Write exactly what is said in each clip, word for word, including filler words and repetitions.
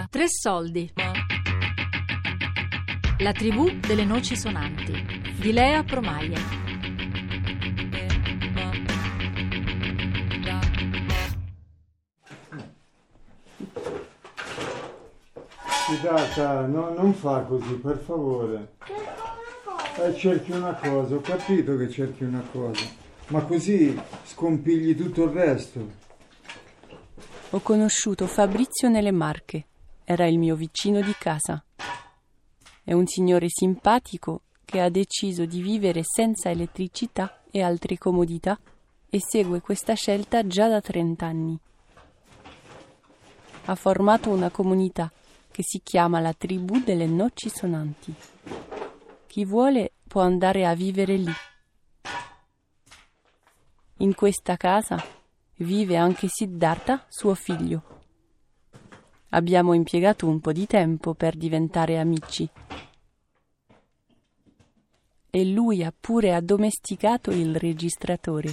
Tre soldi. La tribù delle noci sonanti di Lea Promaia. Fidata, no, non fa così, per favore. Eh, cerchi una cosa, ho capito che cerchi una cosa, ma così scompigli tutto il resto. Ho conosciuto Fabrizio nelle Marche. Era il mio vicino di casa. È un signore simpatico che ha deciso di vivere senza elettricità e altre comodità e segue questa scelta già da trent'anni. Ha formato una comunità che si chiama la tribù delle noci sonanti. Chi vuole può andare a vivere lì. In questa casa vive anche Siddhartha, suo figlio. Abbiamo impiegato un po' di tempo per diventare amici. E lui ha pure addomesticato il registratore.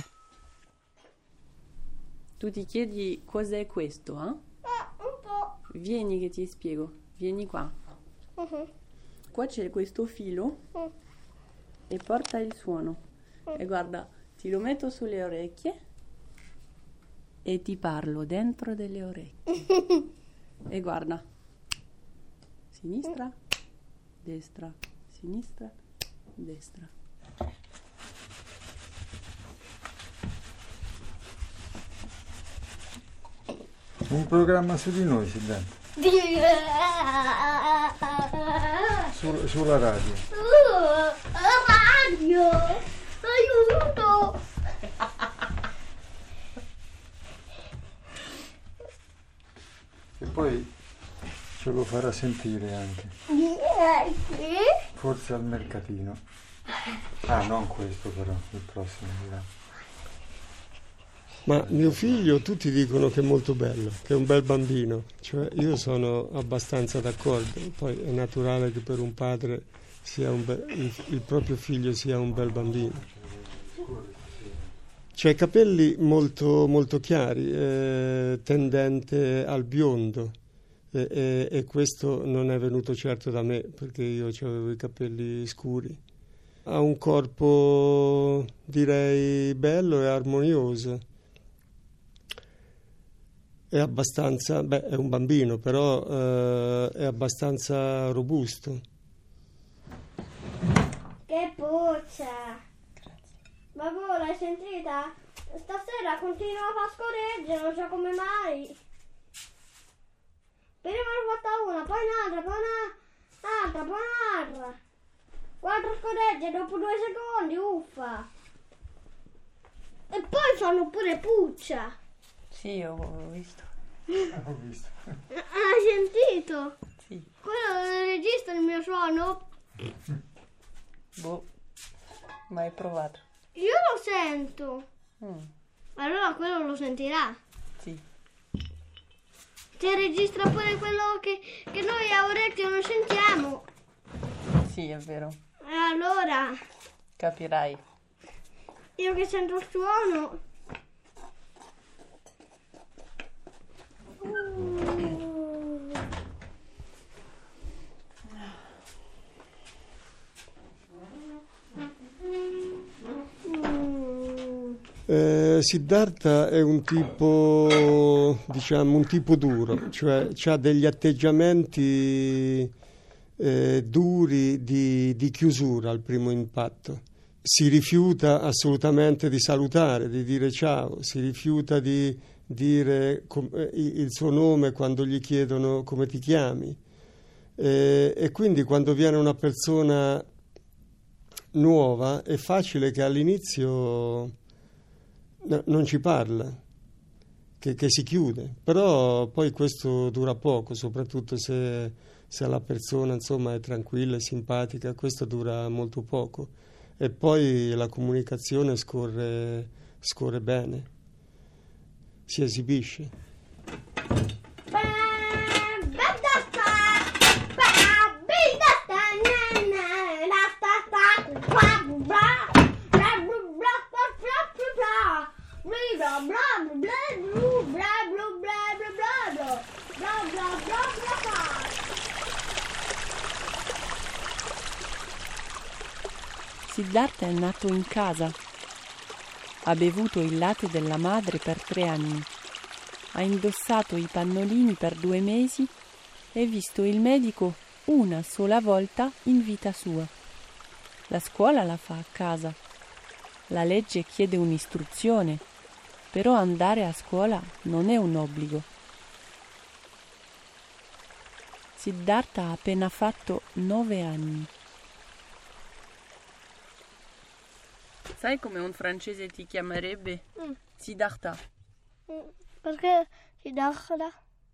Tu ti chiedi cos'è questo, eh? Un po'. Vieni che ti spiego. Vieni qua. Uh-huh. Qua c'è questo filo Uh. e porta il suono. Uh. E guarda, ti lo metto sulle orecchie e ti parlo dentro delle orecchie. E guarda, sinistra, destra, sinistra, destra. Un programma su di noi, Siddhartha. Su, sulla radio. Uh, radio! Aiuto! E poi ce lo farà sentire anche. Forse al mercatino. Ah, non questo però, il prossimo dirà. Ma mio figlio tutti dicono che è molto bello, che è un bel bambino, cioè io sono abbastanza d'accordo, poi è naturale che per un padre sia un be- il, il proprio figlio sia un bel bambino. C'ha i capelli molto, molto chiari, eh, tendente al biondo, eh, eh, e questo non è venuto certo da me perché io avevo i capelli scuri. Ha un corpo direi bello e armonioso. È abbastanza, beh, è un bambino, però eh, è abbastanza robusto. Che puzza! Babbo, l'hai sentita? Stasera continua a far scorreggere, non so come mai. Prima ne ho fatta una, poi un'altra, poi un'altra, poi un'altra. Quattro scorregge dopo due secondi, uffa. E poi fanno pure puccia. Sì, ho visto. Ho visto. Hai sentito? Sì. Quello registra il mio suono? Boh, mai provato. Io lo sento. Mm. Allora quello lo sentirà. Sì. Se registra pure quello che, che noi a orecchio non sentiamo. Sì, è vero. E allora, Capirai. io che sento il suono. Eh, Siddhartha è un tipo, diciamo, un tipo duro, cioè ha degli atteggiamenti eh, duri di, di chiusura al primo impatto. Si rifiuta assolutamente di salutare, di dire ciao, si rifiuta di dire com- il suo nome quando gli chiedono come ti chiami. Eh, e quindi quando viene una persona nuova è facile che all'inizio no, non ci parla, che, che si chiude, però poi questo dura poco, soprattutto se, se la persona insomma è tranquilla e simpatica, questo dura molto poco e poi la comunicazione scorre, scorre bene, si esibisce. bla bla bla bla bla bla bla bla bla bla bla bla bla bla bla. Siddhartha è nato in casa. Ha bevuto il latte della madre per tre anni. Ha indossato i pannolini per due mesi e visto il medico una sola volta in vita sua. La scuola la fa a casa. La legge chiede un'istruzione, però andare a scuola non è un obbligo. Siddhartha ha appena fatto nove anni. Sai come un francese ti chiamerebbe? Mm. Siddhartha. Mm, Perché Siddhartha?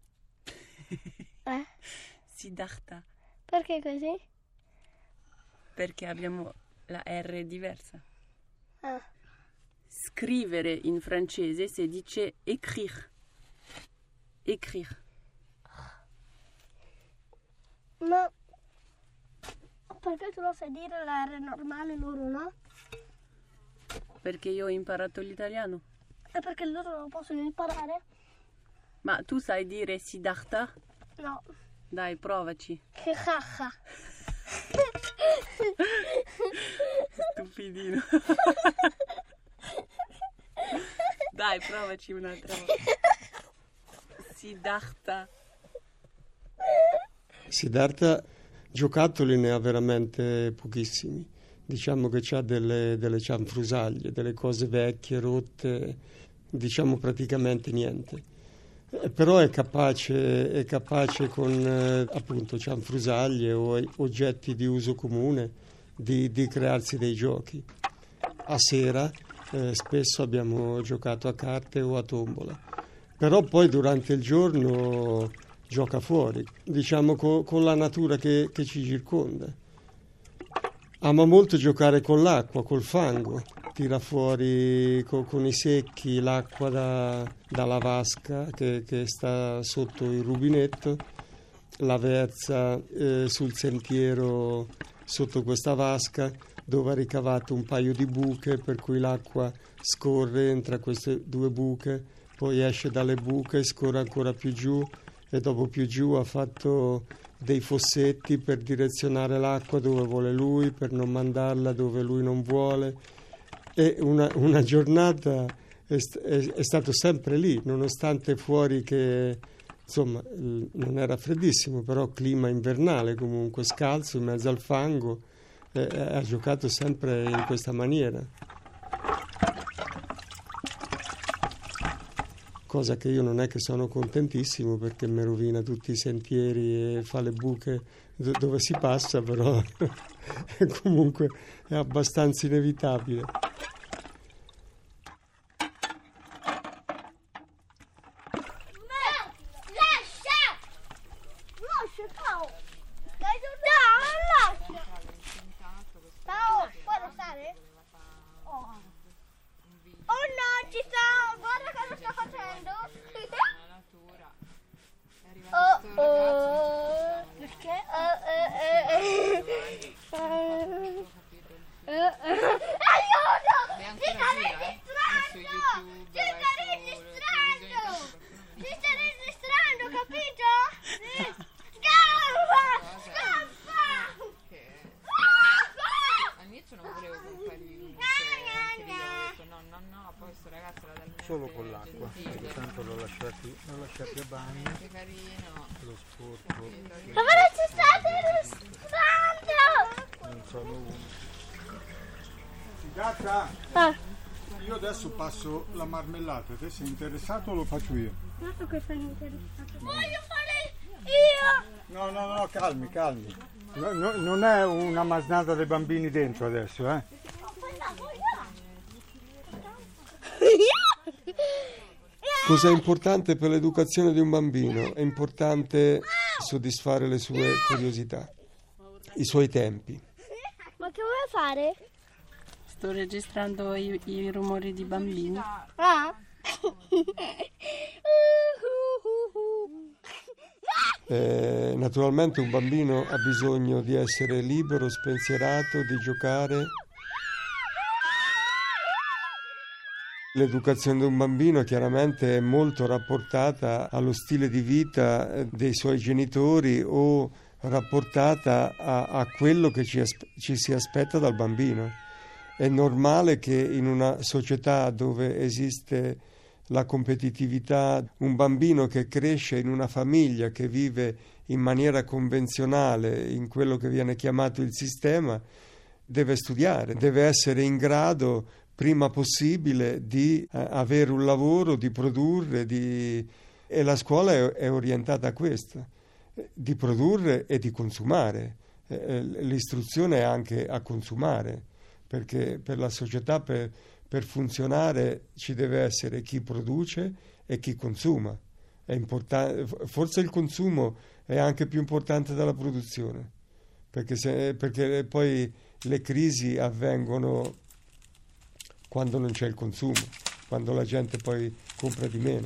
Eh? Siddhartha. Perché così? Perché abbiamo la R diversa. Ah. Scrivere in francese si dice écrire. Écrire. Ma perché tu lo sai dire la R normale, loro no? Perché io ho imparato l'italiano. E perché loro non lo possono imparare? Ma tu sai dire Siddhartha? No. Dai, provaci. Che cacca. Stupidino. Dai, provaci un'altra volta. Siddhartha. Siddhartha giocattoli ne ha veramente pochissimi. Diciamo che c'ha delle, delle cianfrusaglie, delle cose vecchie, rotte, diciamo praticamente niente. Eh, però è capace, è capace con eh, appunto cianfrusaglie o oggetti di uso comune di, di crearsi dei giochi. A sera eh, spesso abbiamo giocato a carte o a tombola, però poi durante il giorno gioca fuori, diciamo co- con la natura che, che ci circonda. Ama molto giocare con l'acqua, col fango, tira fuori co- con i secchi l'acqua da, dalla vasca che, che sta sotto il rubinetto, la versa eh, sul sentiero sotto questa vasca dove ha ricavato un paio di buche per cui l'acqua scorre, entra queste due buche, poi esce dalle buche, scorre ancora più giù e dopo più giù ha fatto dei fossetti per direzionare l'acqua dove vuole lui, per non mandarla dove lui non vuole. E una, una giornata è, è, è stato sempre lì, nonostante fuori che insomma non era freddissimo, però clima invernale comunque, scalzo in mezzo al fango, eh, ha giocato sempre in questa maniera. Cosa che io non è che sono contentissimo perché mi rovina tutti i sentieri e fa le buche do- dove si passa, però comunque è abbastanza inevitabile. Solo con l'acqua, perché tanto l'ho lasciati, l'ho lasciati a bagno. Che carino. Lo sporco. Ma non c'è stato il ristorante! Non sono uno. Siddhartha, Ah, io adesso passo la marmellata, te sei interessato o lo faccio io? guarda che sono interessato. Voglio fare io! No, no, no, calmi, calmi. No, no, non è una masnada dei bambini dentro adesso, eh? Cos'è importante per l'educazione di un bambino? È importante soddisfare le sue curiosità, i suoi tempi. Ma che vuoi fare? Sto registrando i, i rumori di bambini. Ah? Eh, naturalmente un bambino ha bisogno di essere libero, spensierato, di giocare. L'educazione di un bambino chiaramente è molto rapportata allo stile di vita dei suoi genitori o rapportata a, a quello che ci, aspe- ci si aspetta dal bambino. È normale che in una società dove esiste la competitività, un bambino che cresce in una famiglia che vive in maniera convenzionale in quello che viene chiamato il sistema, deve studiare, deve essere in grado prima possibile di eh, avere un lavoro, di produrre, di... e la scuola è, è orientata a questo, di produrre e di consumare. Eh, l'istruzione è anche a consumare, perché per la società, per, per funzionare, ci deve essere chi produce e chi consuma. È importante, forse il consumo è anche più importante della produzione, perché, se, perché poi le crisi avvengono quando non c'è il consumo, quando la gente poi compra di meno.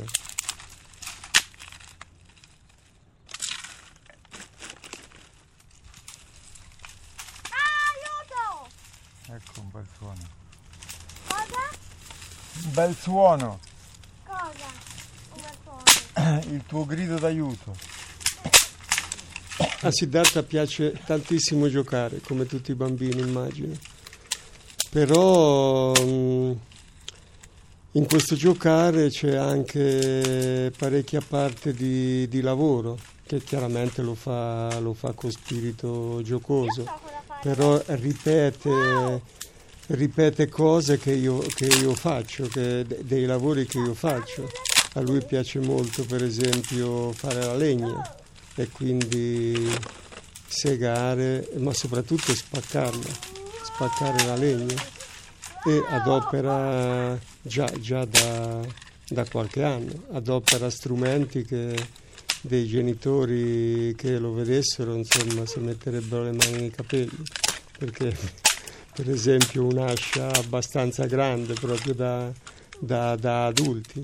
Ecco un bel suono. Cosa? Un bel suono. Cosa? Un bel suono. Il tuo grido d'aiuto. A Siddhartha piace tantissimo giocare, come tutti i bambini, immagino. Però mh, in questo giocare c'è anche parecchia parte di, di lavoro, che chiaramente lo fa, lo fa con spirito giocoso, però ripete, ripete cose che io, che io faccio, che, dei lavori che io faccio. A lui piace molto, per esempio, fare la legna e quindi segare, ma soprattutto spaccarla, spaccare la legna, e adopera già, già da, da qualche anno, adopera strumenti che dei genitori che lo vedessero, insomma, si metterebbero le mani nei capelli, perché per esempio un'ascia abbastanza grande proprio da, da, da adulti.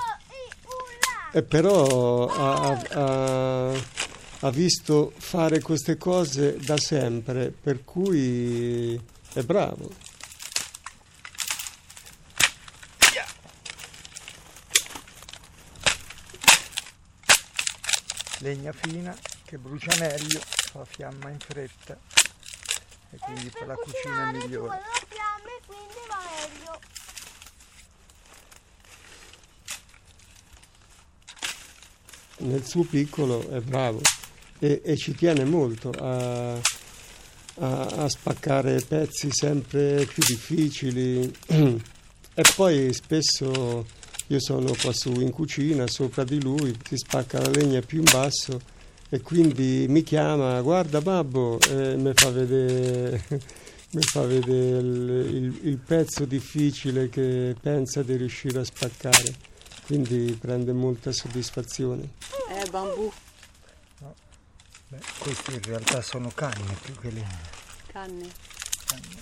E però ha, ha, ha visto fare queste cose da sempre, per cui è bravo. Legna fina che brucia meglio, fa fiamma in fretta e quindi per la cucina è migliore. La fiamme, quindi va meglio. Nel suo piccolo è bravo e, e ci tiene molto a, a, a spaccare pezzi sempre più difficili e poi spesso io sono qua su in cucina sopra di lui, si spacca la legna più in basso e quindi mi chiama, guarda babbo, e mi fa vedere, mi fa vedere il, il, il pezzo difficile che pensa di riuscire a spaccare, quindi prende molta soddisfazione. Eh, bambù. No. Beh, queste in realtà sono canne più che legna. Canne. Canne.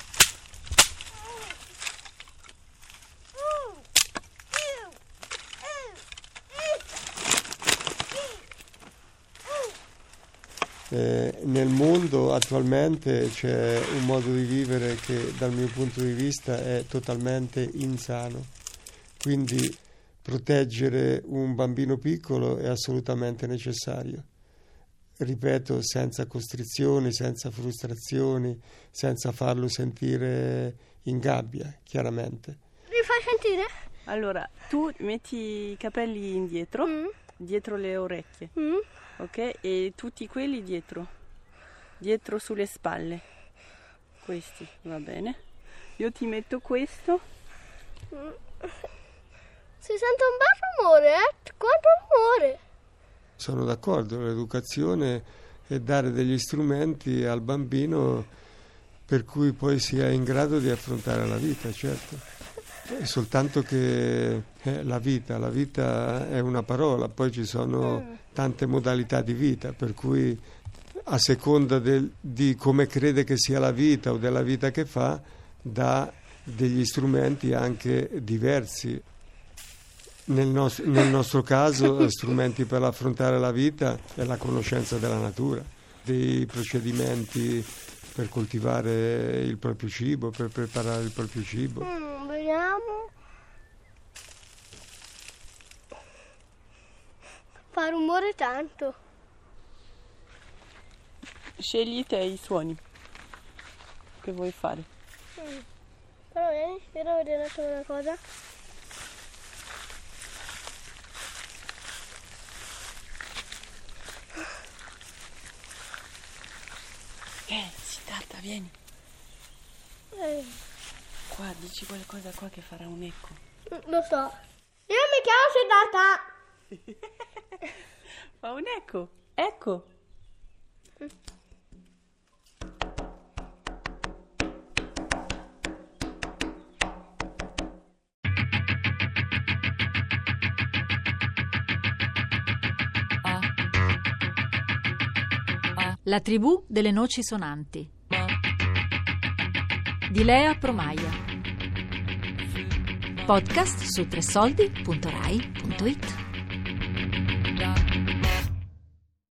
Eh, nel mondo attualmente c'è un modo di vivere che dal mio punto di vista è totalmente insano, quindi proteggere un bambino piccolo è assolutamente necessario, ripeto, senza costrizioni, senza frustrazioni, senza farlo sentire in gabbia, chiaramente. Mi fai sentire? Allora, tu metti i capelli indietro, Mm. dietro le orecchie, Mm. ok? E tutti quelli dietro, dietro sulle spalle. Questi, va bene. Io ti metto questo. Mm. Si sente un bel rumore, eh? Quanto rumore! Sono d'accordo, l'educazione è dare degli strumenti al bambino per cui poi sia in grado di affrontare la vita, certo. È soltanto che eh, la vita, la vita è una parola, poi ci sono tante modalità di vita, per cui a seconda del, di come crede che sia la vita o della vita che fa, dà degli strumenti anche diversi. Nel, nos- nel nostro caso, strumenti per affrontare la vita è la conoscenza della natura, dei procedimenti per coltivare il proprio cibo, per preparare il proprio cibo. Mm, vediamo. Fa rumore tanto. Scegli te i suoni che vuoi fare. Mm. Però vieni, vieni a vedere un attimo una cosa. Eh, Siddhartha, vieni. Eh, Qua, dici qualcosa qua che farà un eco. lo so. Io mi chiamo Siddhartha. Fa un eco. Ecco. La tribù delle noci sonanti di Lea Promaia. Podcast su tresoldi punto rai punto it.